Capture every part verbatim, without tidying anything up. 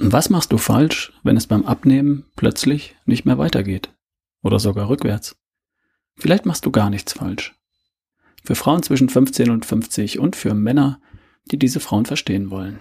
Was machst du falsch, wenn es beim Abnehmen plötzlich nicht mehr weitergeht? Oder sogar rückwärts? Vielleicht machst du gar nichts falsch. Für Frauen zwischen fünfzehn und fünfzig und für Männer, die diese Frauen verstehen wollen.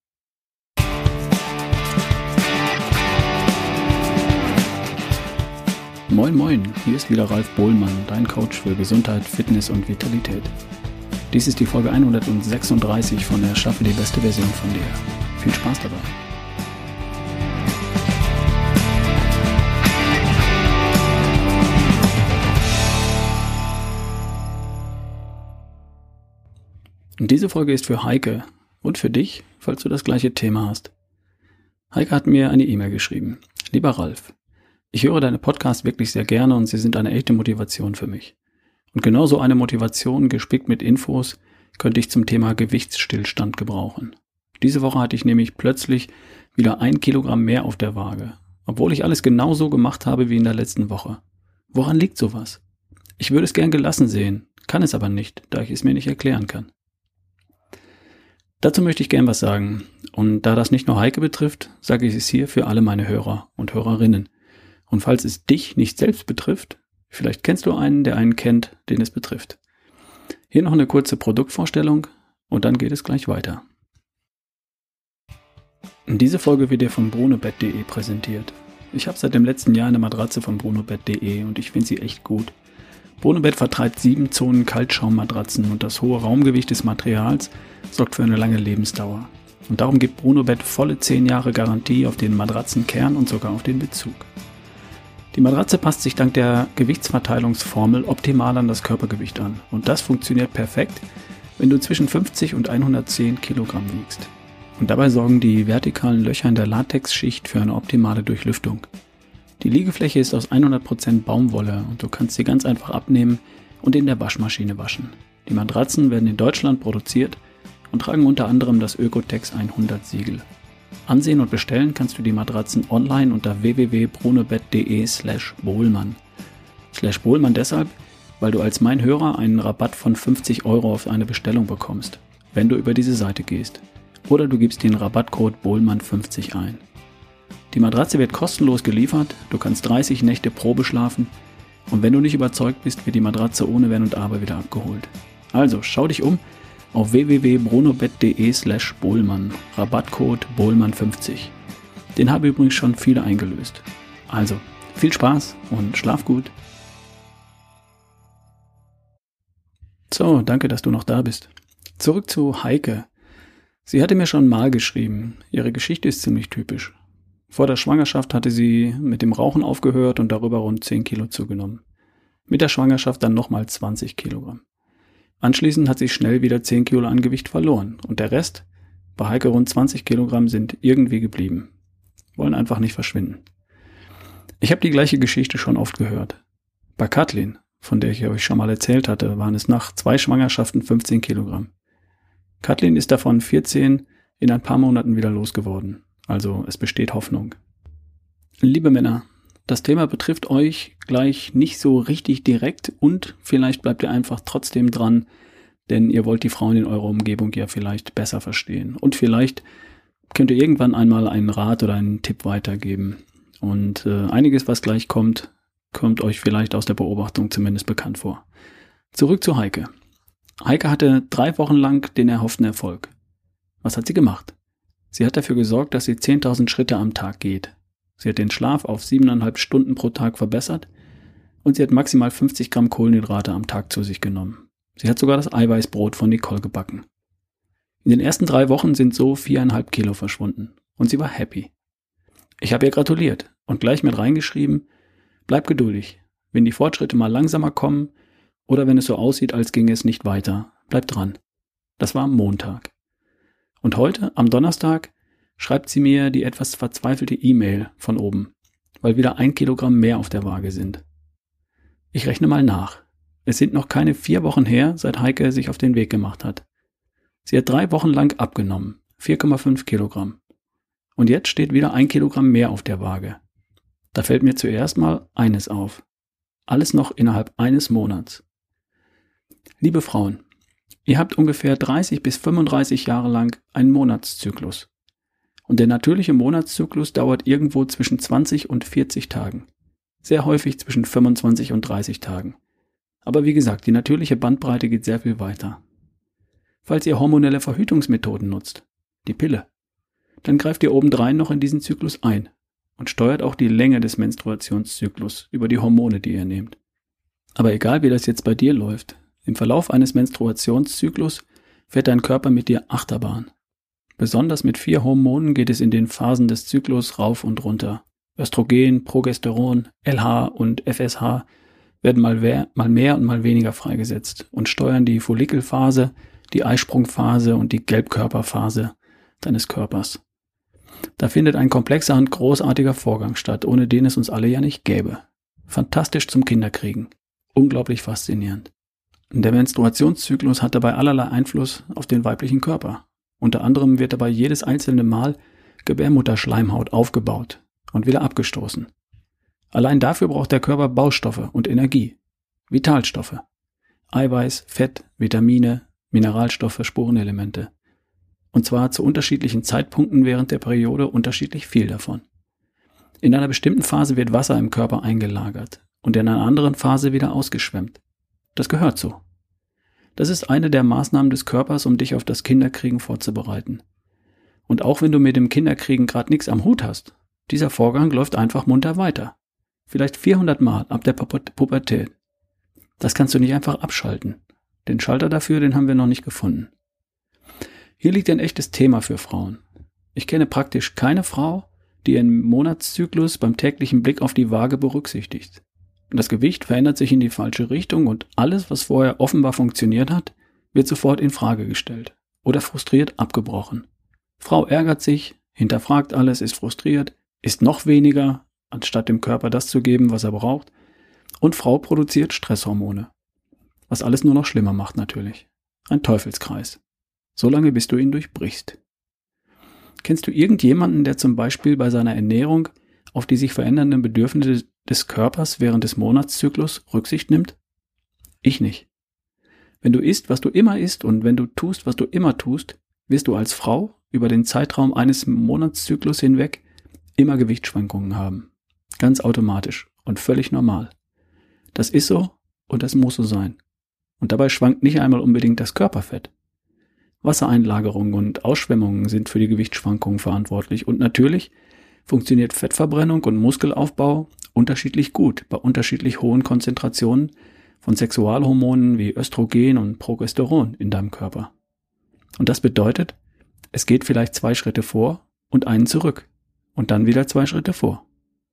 Moin moin, hier ist wieder Ralf Bohlmann, dein Coach für Gesundheit, Fitness und Vitalität. Dies ist die Folge hundertsechsunddreißig von Erschaffe die beste Version von dir. Viel Spaß dabei. Und diese Folge ist für Heike und für dich, falls du das gleiche Thema hast. Heike hat mir eine E-Mail geschrieben. Lieber Ralf, ich höre deine Podcasts wirklich sehr gerne und sie sind eine echte Motivation für mich. Und genauso eine Motivation, gespickt mit Infos, könnte ich zum Thema Gewichtsstillstand gebrauchen. Diese Woche hatte ich nämlich plötzlich wieder ein Kilogramm mehr auf der Waage, obwohl ich alles genauso gemacht habe wie in der letzten Woche. Woran liegt sowas? Ich würde es gern gelassen sehen, kann es aber nicht, da ich es mir nicht erklären kann. Dazu möchte ich gern was sagen. Und da das nicht nur Heike betrifft, sage ich es hier für alle meine Hörer und Hörerinnen. Und falls es dich nicht selbst betrifft, vielleicht kennst du einen, der einen kennt, den es betrifft. Hier noch eine kurze Produktvorstellung und dann geht es gleich weiter. Diese Folge wird dir von bronobett punkt de präsentiert. Ich habe seit dem letzten Jahr eine Matratze von bronobett punkt de und ich finde sie echt gut. Bronobett vertreibt sieben Zonen Kaltschaummatratzen und das hohe Raumgewicht des Materials sorgt für eine lange Lebensdauer. Und darum gibt Bronobett volle zehn Jahre Garantie auf den Matratzenkern und sogar auf den Bezug. Die Matratze passt sich dank der Gewichtsverteilungsformel optimal an das Körpergewicht an. Und das funktioniert perfekt, wenn du zwischen fünfzig und hundertzehn Kilogramm wiegst. Und dabei sorgen die vertikalen Löcher in der Latexschicht für eine optimale Durchlüftung. Die Liegefläche ist aus hundert Prozent Baumwolle und du kannst sie ganz einfach abnehmen und in der Waschmaschine waschen. Die Matratzen werden in Deutschland produziert und tragen unter anderem das Ökotex hundert Siegel. Ansehen und bestellen kannst du die Matratzen online unter w w w punkt bronobett punkt de slash bohlmann. Slash bohlmann deshalb, weil du als mein Hörer einen Rabatt von fünfzig Euro auf eine Bestellung bekommst, wenn du über diese Seite gehst. Oder du gibst den Rabattcode bohlmann fünfzig ein. Die Matratze wird kostenlos geliefert, du kannst dreißig Nächte Probe schlafen und wenn du nicht überzeugt bist, wird die Matratze ohne Wenn und Aber wieder abgeholt. Also schau dich um auf w w w punkt bronobett punkt de slash bohlmann, Rabattcode bohlmann fünfzig. Den habe übrigens schon viele eingelöst. Also viel Spaß und schlaf gut. So, danke, dass du noch da bist. Zurück zu Heike. Sie hatte mir schon mal geschrieben, ihre Geschichte ist ziemlich typisch. Vor der Schwangerschaft hatte sie mit dem Rauchen aufgehört und darüber rund zehn Kilo zugenommen. Mit der Schwangerschaft dann nochmal zwanzig Kilogramm. Anschließend hat sie schnell wieder zehn Kilo an Gewicht verloren und der Rest, bei Heike rund zwanzig Kilogramm, sind irgendwie geblieben. Wollen einfach nicht verschwinden. Ich habe die gleiche Geschichte schon oft gehört. Bei Kathleen, von der ich euch schon mal erzählt hatte, waren es nach zwei Schwangerschaften fünfzehn Kilogramm. Kathleen ist davon vierzehn in ein paar Monaten wieder losgeworden. Also es besteht Hoffnung. Liebe Männer, das Thema betrifft euch gleich nicht so richtig direkt und vielleicht bleibt ihr einfach trotzdem dran, denn ihr wollt die Frauen in eurer Umgebung ja vielleicht besser verstehen. Und vielleicht könnt ihr irgendwann einmal einen Rat oder einen Tipp weitergeben. Und äh, einiges, was gleich kommt, kommt euch vielleicht aus der Beobachtung zumindest bekannt vor. Zurück zu Heike. Heike hatte drei Wochen lang den erhofften Erfolg. Was hat sie gemacht? Sie hat dafür gesorgt, dass sie zehntausend Schritte am Tag geht. Sie hat den Schlaf auf siebeneinhalb Stunden pro Tag verbessert und sie hat maximal fünfzig Gramm Kohlenhydrate am Tag zu sich genommen. Sie hat sogar das Eiweißbrot von Nicole gebacken. In den ersten drei Wochen sind so viereinhalb Kilo verschwunden und sie war happy. Ich habe ihr gratuliert und gleich mit reingeschrieben, bleib geduldig. Wenn die Fortschritte mal langsamer kommen oder wenn es so aussieht, als ginge es nicht weiter, bleib dran. Das war am Montag. Und heute, am Donnerstag, schreibt sie mir die etwas verzweifelte E-Mail von oben, weil wieder ein Kilogramm mehr auf der Waage sind. Ich rechne mal nach. Es sind noch keine vier Wochen her, seit Heike sich auf den Weg gemacht hat. Sie hat drei Wochen lang abgenommen, vier Komma fünf Kilogramm. Und jetzt steht wieder ein Kilogramm mehr auf der Waage. Da fällt mir zuerst mal eines auf. Alles noch innerhalb eines Monats. Liebe Frauen, ihr habt ungefähr dreißig bis fünfunddreißig Jahre lang einen Monatszyklus. Und der natürliche Monatszyklus dauert irgendwo zwischen zwanzig und vierzig Tagen. Sehr häufig zwischen fünfundzwanzig und dreißig Tagen. Aber wie gesagt, die natürliche Bandbreite geht sehr viel weiter. Falls ihr hormonelle Verhütungsmethoden nutzt, die Pille, dann greift ihr obendrein noch in diesen Zyklus ein und steuert auch die Länge des Menstruationszyklus über die Hormone, die ihr nehmt. Aber egal wie das jetzt bei dir läuft, im Verlauf eines Menstruationszyklus fährt dein Körper mit dir Achterbahn. Besonders mit vier Hormonen geht es in den Phasen des Zyklus rauf und runter. Östrogen, Progesteron, L H und F S H werden mal mehr, mal mehr und mal weniger freigesetzt und steuern die Follikelphase, die Eisprungphase und die Gelbkörperphase deines Körpers. Da findet ein komplexer und großartiger Vorgang statt, ohne den es uns alle ja nicht gäbe. Fantastisch zum Kinderkriegen. Unglaublich faszinierend. Der Menstruationszyklus hat dabei allerlei Einfluss auf den weiblichen Körper. Unter anderem wird dabei jedes einzelne Mal Gebärmutterschleimhaut aufgebaut und wieder abgestoßen. Allein dafür braucht der Körper Baustoffe und Energie, Vitalstoffe, Eiweiß, Fett, Vitamine, Mineralstoffe, Spurenelemente. Und zwar zu unterschiedlichen Zeitpunkten während der Periode unterschiedlich viel davon. In einer bestimmten Phase wird Wasser im Körper eingelagert und in einer anderen Phase wieder ausgeschwemmt. Das gehört so. Das ist eine der Maßnahmen des Körpers, um dich auf das Kinderkriegen vorzubereiten. Und auch wenn du mit dem Kinderkriegen gerade nichts am Hut hast, dieser Vorgang läuft einfach munter weiter. Vielleicht vierhundert Mal ab der Pubertät. Das kannst du nicht einfach abschalten. Den Schalter dafür, den haben wir noch nicht gefunden. Hier liegt ein echtes Thema für Frauen. Ich kenne praktisch keine Frau, die ihren Monatszyklus beim täglichen Blick auf die Waage berücksichtigt. Das Gewicht verändert sich in die falsche Richtung und alles, was vorher offenbar funktioniert hat, wird sofort in Frage gestellt oder frustriert abgebrochen. Frau ärgert sich, hinterfragt alles, ist frustriert, isst noch weniger, anstatt dem Körper das zu geben, was er braucht, und Frau produziert Stresshormone, was alles nur noch schlimmer macht natürlich. Ein Teufelskreis. Solange bis du ihn durchbrichst. Kennst du irgendjemanden, der zum Beispiel bei seiner Ernährung auf die sich verändernden Bedürfnisse des Körpers während des Monatszyklus Rücksicht nimmt? Ich nicht. Wenn du isst, was du immer isst und wenn du tust, was du immer tust, wirst du als Frau über den Zeitraum eines Monatszyklus hinweg immer Gewichtsschwankungen haben. Ganz automatisch und völlig normal. Das ist so und das muss so sein. Und dabei schwankt nicht einmal unbedingt das Körperfett. Wassereinlagerungen und Ausschwemmungen sind für die Gewichtsschwankungen verantwortlich und natürlich funktioniert Fettverbrennung und Muskelaufbau unterschiedlich gut bei unterschiedlich hohen Konzentrationen von Sexualhormonen wie Östrogen und Progesteron in deinem Körper. Und das bedeutet, es geht vielleicht zwei Schritte vor und einen zurück und dann wieder zwei Schritte vor.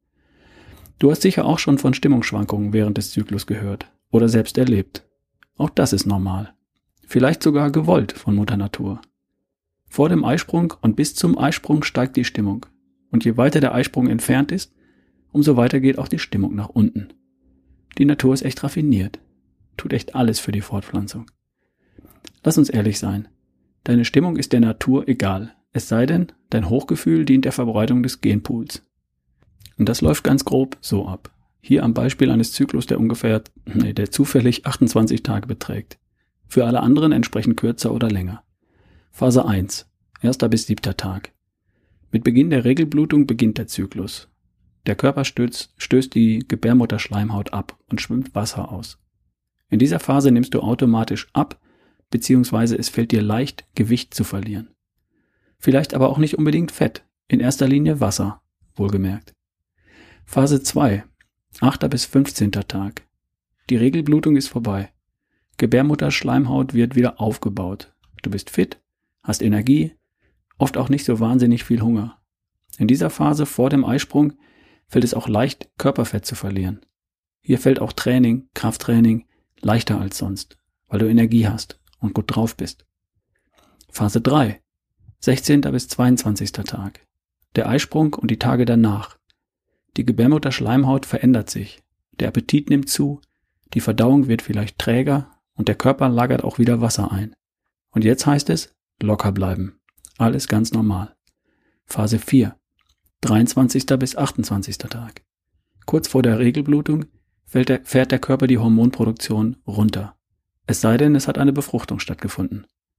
Du hast sicher auch schon von Stimmungsschwankungen während des Zyklus gehört oder selbst erlebt. Auch das ist normal. Vielleicht sogar gewollt von Mutter Natur. Vor dem Eisprung und bis zum Eisprung steigt die Stimmung. Und je weiter der Eisprung entfernt ist, umso weiter geht auch die Stimmung nach unten. Die Natur ist echt raffiniert. Tut echt alles für die Fortpflanzung. Lass uns ehrlich sein. Deine Stimmung ist der Natur egal. Es sei denn, dein Hochgefühl dient der Verbreitung des Genpools. Und das läuft ganz grob so ab. Hier am Beispiel eines Zyklus, der ungefähr, nee, der zufällig achtundzwanzig Tage beträgt. Für alle anderen entsprechend kürzer oder länger. Phase eins. Erster bis siebter Tag. Mit Beginn der Regelblutung beginnt der Zyklus. Der Körper stößt, stößt die Gebärmutterschleimhaut ab und schwimmt Wasser aus. In dieser Phase nimmst du automatisch ab, beziehungsweise es fällt dir leicht, Gewicht zu verlieren. Vielleicht aber auch nicht unbedingt Fett, in erster Linie Wasser, wohlgemerkt. Phase zwei. achter bis fünfzehnter Tag. Die Regelblutung ist vorbei. Gebärmutterschleimhaut wird wieder aufgebaut. Du bist fit, hast Energie, oft auch nicht so wahnsinnig viel Hunger. In dieser Phase vor dem Eisprung fällt es auch leicht, Körperfett zu verlieren. Hier fällt auch Training, Krafttraining leichter als sonst, weil du Energie hast und gut drauf bist. Phase drei. sechzehnter bis zweiundzwanzigster Tag. Der Eisprung und die Tage danach. Die Gebärmutterschleimhaut verändert sich. Der Appetit nimmt zu, die Verdauung wird vielleicht träger und der Körper lagert auch wieder Wasser ein. Und jetzt heißt es, locker bleiben. Alles ganz normal. Phase vier. dreiundzwanzigster bis achtundzwanzigster Tag. Kurz vor der Regelblutung fällt der, fährt der Körper die Hormonproduktion runter. Es sei denn, es hat eine Befruchtung stattgefunden.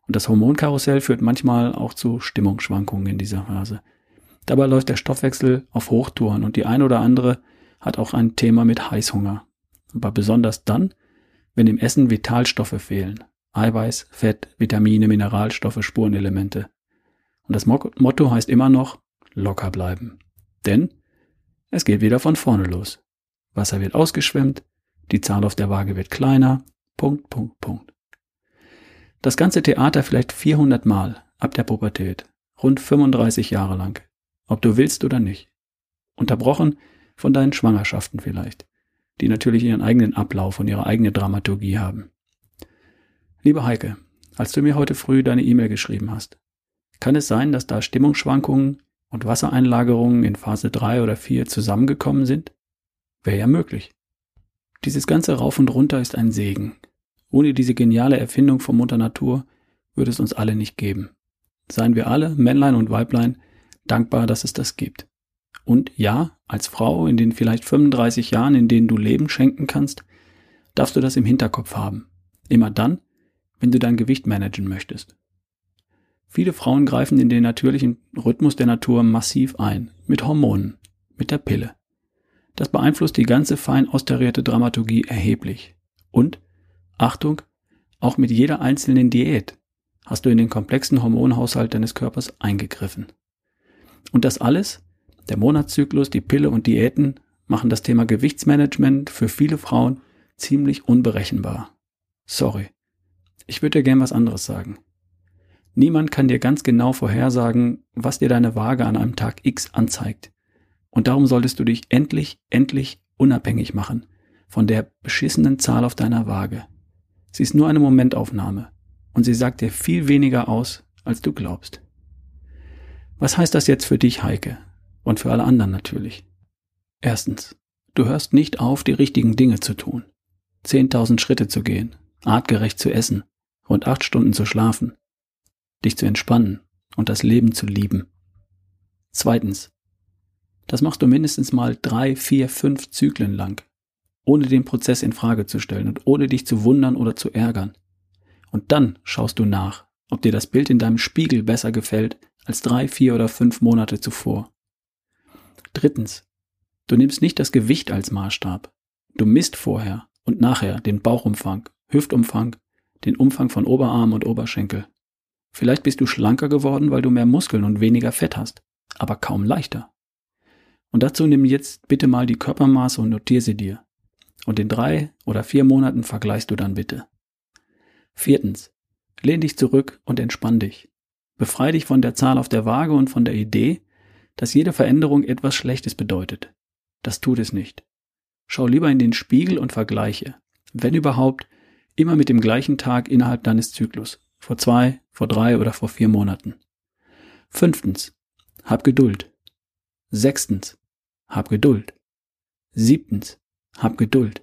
Und das Hormonkarussell führt manchmal auch zu Stimmungsschwankungen in dieser Phase. Dabei läuft der Stoffwechsel auf Hochtouren und die eine oder andere hat auch ein Thema mit Heißhunger. Aber besonders dann, wenn im Essen Vitalstoffe fehlen. Eiweiß, Fett, Vitamine, Mineralstoffe, Spurenelemente. Und das Motto heißt immer noch, locker bleiben. Denn es geht wieder von vorne los. Wasser wird ausgeschwemmt, die Zahl auf der Waage wird kleiner, Punkt, Punkt, Punkt. Das ganze Theater vielleicht vierhundert Mal ab der Pubertät, rund fünfunddreißig Jahre lang, ob du willst oder nicht. Unterbrochen von deinen Schwangerschaften vielleicht, die natürlich ihren eigenen Ablauf und ihre eigene Dramaturgie haben. Liebe Heike, als du mir heute früh deine E-Mail geschrieben hast, kann es sein, dass da Stimmungsschwankungen und Wassereinlagerungen in Phase drei oder vier zusammengekommen sind? Wäre ja möglich. Dieses ganze Rauf und Runter ist ein Segen. Ohne diese geniale Erfindung von Mutter Natur würde es uns alle nicht geben. Seien wir alle, Männlein und Weiblein, dankbar, dass es das gibt. Und ja, als Frau in den vielleicht fünfunddreißig Jahren, in denen du Leben schenken kannst, darfst du das im Hinterkopf haben. Immer dann, wenn du dein Gewicht managen möchtest. Viele Frauen greifen in den natürlichen Rhythmus der Natur massiv ein, mit Hormonen, mit der Pille. Das beeinflusst die ganze fein austarierte Dramaturgie erheblich. Und, Achtung, auch mit jeder einzelnen Diät hast du in den komplexen Hormonhaushalt deines Körpers eingegriffen. Und das alles, der Monatszyklus, die Pille und Diäten, machen das Thema Gewichtsmanagement für viele Frauen ziemlich unberechenbar. Sorry. Ich würde dir gern was anderes sagen. Niemand kann dir ganz genau vorhersagen, was dir deine Waage an einem Tag X anzeigt. Und darum solltest du dich endlich, endlich unabhängig machen von der beschissenen Zahl auf deiner Waage. Sie ist nur eine Momentaufnahme und sie sagt dir viel weniger aus, als du glaubst. Was heißt das jetzt für dich, Heike? Und für alle anderen natürlich. Erstens, du hörst nicht auf, die richtigen Dinge zu tun. zehntausend Schritte zu gehen, artgerecht zu essen, rund acht Stunden zu schlafen, dich zu entspannen und das Leben zu lieben. Zweitens, das machst du mindestens mal drei, vier, fünf Zyklen lang, ohne den Prozess in Frage zu stellen und ohne dich zu wundern oder zu ärgern. Und dann schaust du nach, ob dir das Bild in deinem Spiegel besser gefällt als drei, vier oder fünf Monate zuvor. Drittens, du nimmst nicht das Gewicht als Maßstab. Du misst vorher und nachher den Bauchumfang, Hüftumfang, den Umfang von Oberarm und Oberschenkel. Vielleicht bist du schlanker geworden, weil du mehr Muskeln und weniger Fett hast, aber kaum leichter. Und dazu nimm jetzt bitte mal die Körpermaße und notiere sie dir. Und in drei oder vier Monaten vergleichst du dann bitte. Viertens, lehn dich zurück und entspann dich. Befrei dich von der Zahl auf der Waage und von der Idee, dass jede Veränderung etwas Schlechtes bedeutet. Das tut es nicht. Schau lieber in den Spiegel und vergleiche, wenn überhaupt, immer mit dem gleichen Tag innerhalb deines Zyklus, vor zwei, vor drei oder vor vier Monaten. Fünftens, hab Geduld. Sechstens, hab Geduld. Siebtens, hab Geduld.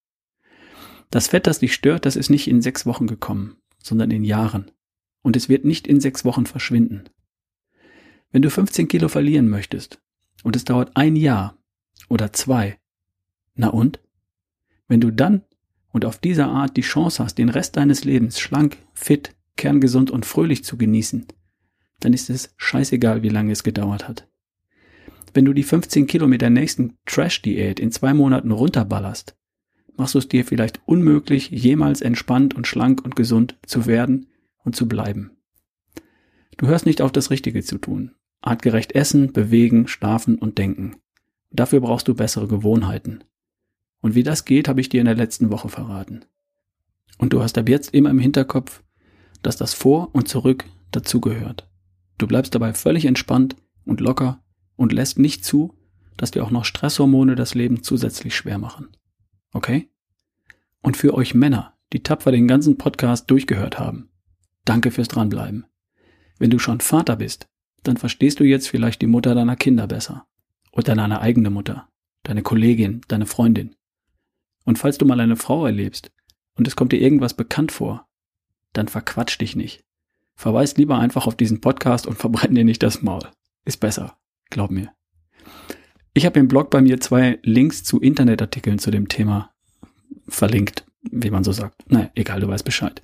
Das Fett, das dich stört, das ist nicht in sechs Wochen gekommen, sondern in Jahren. Und es wird nicht in sechs Wochen verschwinden. Wenn du fünfzehn Kilo verlieren möchtest und es dauert ein Jahr oder zwei, na und? Wenn du dann und auf diese Art die Chance hast, den Rest deines Lebens schlank, fit, kerngesund und fröhlich zu genießen, dann ist es scheißegal, wie lange es gedauert hat. Wenn du die fünfzehn Kilo mit der nächsten Trash-Diät in zwei Monaten runterballerst, machst du es dir vielleicht unmöglich, jemals entspannt und schlank und gesund zu werden und zu bleiben. Du hörst nicht auf, das Richtige zu tun. Artgerecht essen, bewegen, schlafen und denken. Dafür brauchst du bessere Gewohnheiten. Und wie das geht, habe ich dir in der letzten Woche verraten. Und du hast ab jetzt immer im Hinterkopf, dass das Vor und Zurück dazugehört. Du bleibst dabei völlig entspannt und locker und lässt nicht zu, dass dir auch noch Stresshormone das Leben zusätzlich schwer machen. Okay? Und für euch Männer, die tapfer den ganzen Podcast durchgehört haben, danke fürs Dranbleiben. Wenn du schon Vater bist, dann verstehst du jetzt vielleicht die Mutter deiner Kinder besser. Oder deine eigene Mutter, deine Kollegin, deine Freundin. Und falls du mal eine Frau erlebst und es kommt dir irgendwas bekannt vor, dann verquatsch dich nicht. Verweis lieber einfach auf diesen Podcast und verbrenn dir nicht das Maul. Ist besser, glaub mir. Ich habe im Blog bei mir zwei Links zu Internetartikeln zu dem Thema verlinkt, wie man so sagt. Naja, egal, du weißt Bescheid.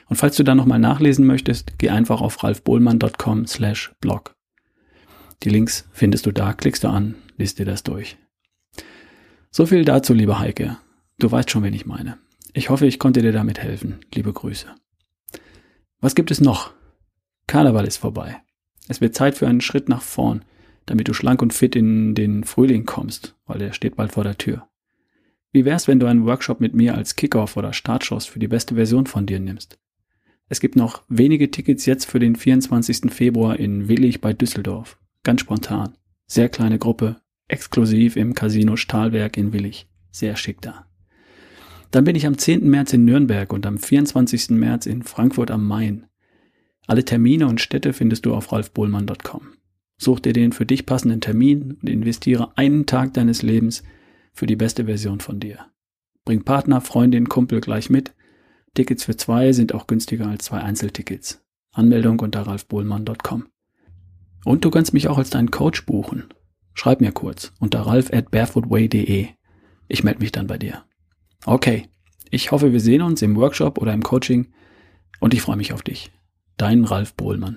Und falls du da nochmal nachlesen möchtest, geh einfach auf ralfbohlmann punkt com slash blog. Die Links findest du da, klickst du an, liest dir das durch. So viel dazu, liebe Heike. Du weißt schon, wen ich meine. Ich hoffe, ich konnte dir damit helfen. Liebe Grüße. Was gibt es noch? Karneval ist vorbei. Es wird Zeit für einen Schritt nach vorn, damit du schlank und fit in den Frühling kommst, weil der steht bald vor der Tür. Wie wär's, wenn du einen Workshop mit mir als Kickoff oder Startschuss für die beste Version von dir nimmst? Es gibt noch wenige Tickets jetzt für den vierundzwanzigsten Februar in Willich bei Düsseldorf. Ganz spontan. Sehr kleine Gruppe. Exklusiv im Casino Stahlwerk in Willich. Sehr schick da. Dann bin ich am zehnten März in Nürnberg und am vierundzwanzigsten März in Frankfurt am Main. Alle Termine und Städte findest du auf ralfbohlmann punkt com. Such dir den für dich passenden Termin und investiere einen Tag deines Lebens für die beste Version von dir. Bring Partner, Freundin, Kumpel gleich mit. Tickets für zwei sind auch günstiger als zwei Einzeltickets. Anmeldung unter ralfbohlmann punkt com. Und du kannst mich auch als deinen Coach buchen. Schreib mir kurz unter ralf at barefootway punkt de. Ich melde mich dann bei dir. Okay, ich hoffe, wir sehen uns im Workshop oder im Coaching und ich freue mich auf dich. Dein Ralf Bohlmann.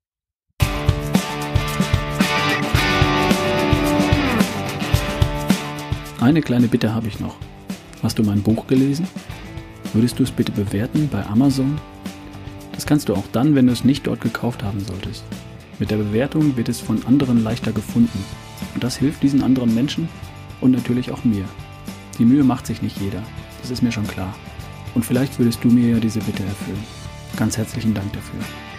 Eine kleine Bitte habe ich noch. Hast du mein Buch gelesen? Würdest du es bitte bewerten bei Amazon? Das kannst du auch dann, wenn du es nicht dort gekauft haben solltest. Mit der Bewertung wird es von anderen leichter gefunden. Und das hilft diesen anderen Menschen und natürlich auch mir. Die Mühe macht sich nicht jeder, das ist mir schon klar. Und vielleicht würdest du mir ja diese Bitte erfüllen. Ganz herzlichen Dank dafür.